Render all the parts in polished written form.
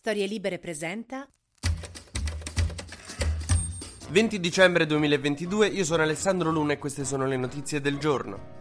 Storie Libere presenta 20 dicembre 2022, io sono Alessandro Luna e queste sono le notizie del giorno.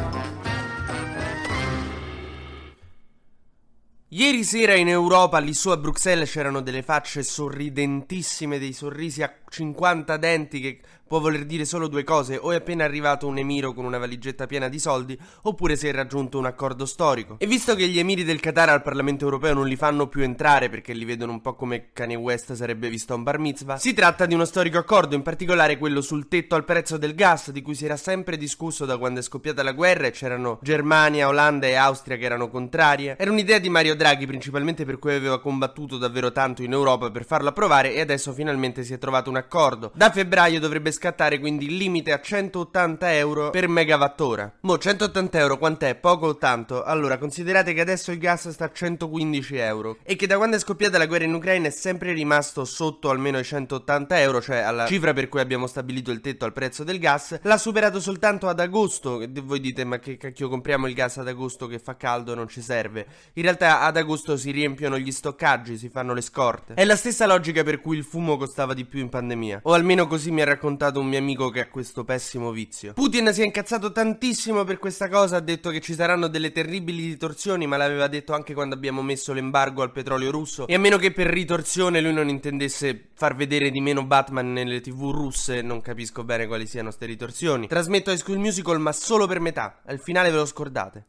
Ieri sera in Europa, lì su a Bruxelles, c'erano delle facce sorridentissime, dei sorrisi a 50 denti che può voler dire solo due cose: o è appena arrivato un emiro con una valigetta piena di soldi, oppure si è raggiunto un accordo storico. E visto che gli emiri del Qatar al Parlamento europeo non li fanno più entrare perché li vedono un po' come Kanye West sarebbe visto a un bar mitzvah, si tratta di uno storico accordo, in particolare quello sul tetto al prezzo del gas, di cui si era sempre discusso da quando è scoppiata la guerra e c'erano Germania, Olanda e Austria che erano contrarie. Era un'idea di Mario Draghi, principalmente per cui aveva combattuto davvero tanto in Europa per farlo approvare, e adesso finalmente si è trovato un accordo. Da febbraio dovrebbe scattare quindi il limite a 180 euro per megawattora. Mo' 180 euro quant'è? Poco o tanto? Allora, considerate che adesso il gas sta a 115 euro e che da quando è scoppiata la guerra in Ucraina è sempre rimasto sotto almeno i 180 euro, cioè alla cifra per cui abbiamo stabilito il tetto al prezzo del gas. L'ha superato soltanto ad agosto. E voi dite: ma che cacchio, compriamo il gas ad agosto che fa caldo, non ci serve. In realtà ad agosto si riempiono gli stoccaggi, si fanno le scorte. È la stessa logica per cui il fumo costava di più in pandemia, o almeno così mi ha raccontato un mio amico che ha questo pessimo vizio. Putin si è incazzato tantissimo per questa cosa, ha detto che ci saranno delle terribili ritorsioni, ma l'aveva detto anche quando abbiamo messo l'embargo al petrolio russo, e a meno che per ritorsione lui non intendesse far vedere di meno Batman nelle TV russe, non capisco bene quali siano ste ritorsioni. Trasmetto High School Musical, ma solo per metà, al finale ve lo scordate.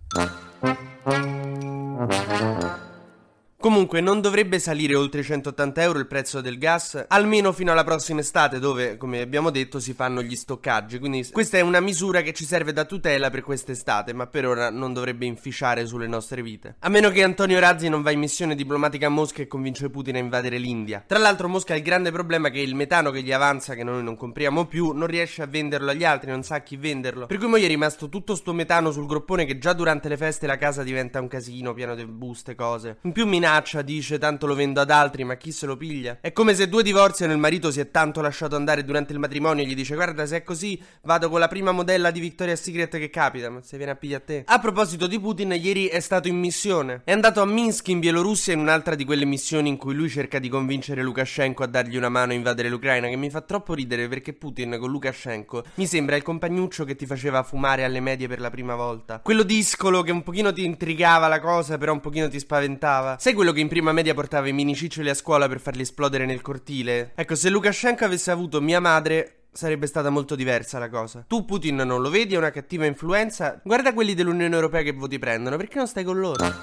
Comunque non dovrebbe salire oltre 180 euro il prezzo del gas, almeno fino alla prossima estate, dove, come abbiamo detto, si fanno gli stoccaggi. Quindi questa è una misura che ci serve da tutela per quest'estate, ma per ora non dovrebbe inficiare sulle nostre vite. A meno che Antonio Razzi non va in missione diplomatica a Mosca e convince Putin a invadere l'India. Tra l'altro Mosca ha il grande problema che il metano che gli avanza, che noi non compriamo più, non riesce a venderlo agli altri, non sa a chi venderlo. Per cui mo' è rimasto tutto sto metano sul groppone, che già durante le feste la casa diventa un casino pieno di buste, cose. In più dice: tanto lo vendo ad altri, ma chi se lo piglia? È come se due divorziano e il marito si è tanto lasciato andare durante il matrimonio e gli dice: guarda, se è così vado con la prima modella di Victoria's Secret che capita, ma se viene a pigliare a te. A proposito di Putin, ieri è stato in missione. È andato a Minsk in Bielorussia, in un'altra di quelle missioni in cui lui cerca di convincere Lukashenko a dargli una mano a invadere l'Ucraina, che mi fa troppo ridere perché Putin con Lukashenko mi sembra il compagnuccio che ti faceva fumare alle medie per la prima volta, quello discolo che un pochino ti intrigava la cosa però un pochino ti spaventava. Sai quello che in prima media portava i mini ciccioli a scuola per farli esplodere nel cortile? Ecco, se Lukashenko avesse avuto mia madre sarebbe stata molto diversa la cosa. Tu Putin non lo vedi, è una cattiva influenza. Guarda quelli dell'Unione Europea che voti prendono, perché non stai con loro?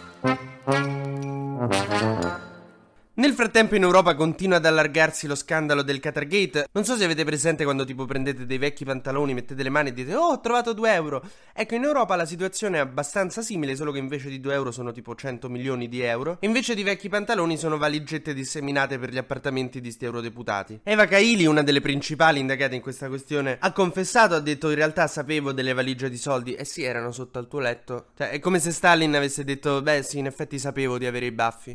Nel frattempo in Europa continua ad allargarsi lo scandalo del Qatargate. Non so se avete presente quando tipo prendete dei vecchi pantaloni, mettete le mani e dite: oh, ho trovato 2 euro. Ecco, in Europa la situazione è abbastanza simile, solo che invece di 2 euro sono tipo 100 milioni di euro. E invece di vecchi pantaloni sono valigette disseminate per gli appartamenti di sti eurodeputati. Eva Kaili, una delle principali indagate in questa questione, ha confessato, ha detto: in realtà sapevo delle valigie di soldi. Eh sì, erano sotto al tuo letto. Cioè, è come se Stalin avesse detto: beh sì, in effetti sapevo di avere i baffi.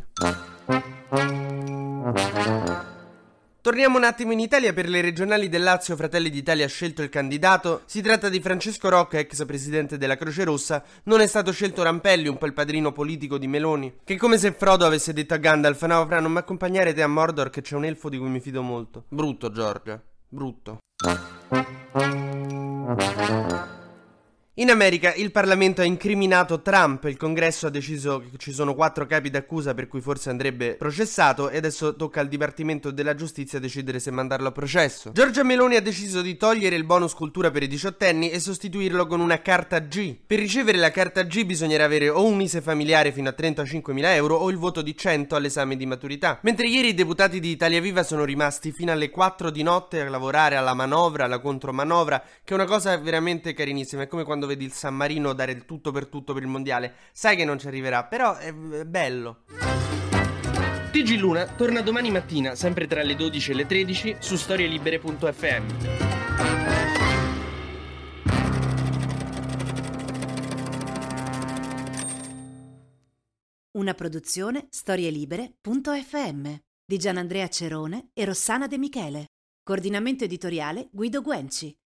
Torniamo un attimo in Italia. Per le regionali del Lazio Fratelli d'Italia ha scelto il candidato. Si tratta di Francesco Rocca, ex presidente della Croce Rossa. Non è stato scelto Rampelli, un po' il padrino politico di Meloni, che è come se Frodo avesse detto a Gandalf: no Fra, non mi accompagnare te a Mordor che c'è un elfo di cui mi fido molto. Brutto Giorgia, brutto. In America il Parlamento ha incriminato Trump, il Congresso ha deciso che ci sono 4 capi d'accusa per cui forse andrebbe processato e adesso tocca al Dipartimento della Giustizia decidere se mandarlo a processo. Giorgia Meloni ha deciso di togliere il bonus cultura per i 18enni e sostituirlo con una carta G. Per ricevere la carta G bisognerà avere o un ISEE familiare fino a 35.000 euro o il voto di 100 all'esame di maturità. Mentre ieri i deputati di Italia Viva sono rimasti fino alle 4 di notte a lavorare alla manovra, alla contromanovra, che è una cosa veramente carinissima. È come quando vedi il San Marino dare il tutto per il mondiale. Sai che non ci arriverà, però è bello. TG Luna torna domani mattina, sempre tra le 12 e le 13, su storielibere.fm. Una produzione storielibere.fm di Gianandrea Cerone e Rossana De Michele. Coordinamento editoriale Guido Guenci.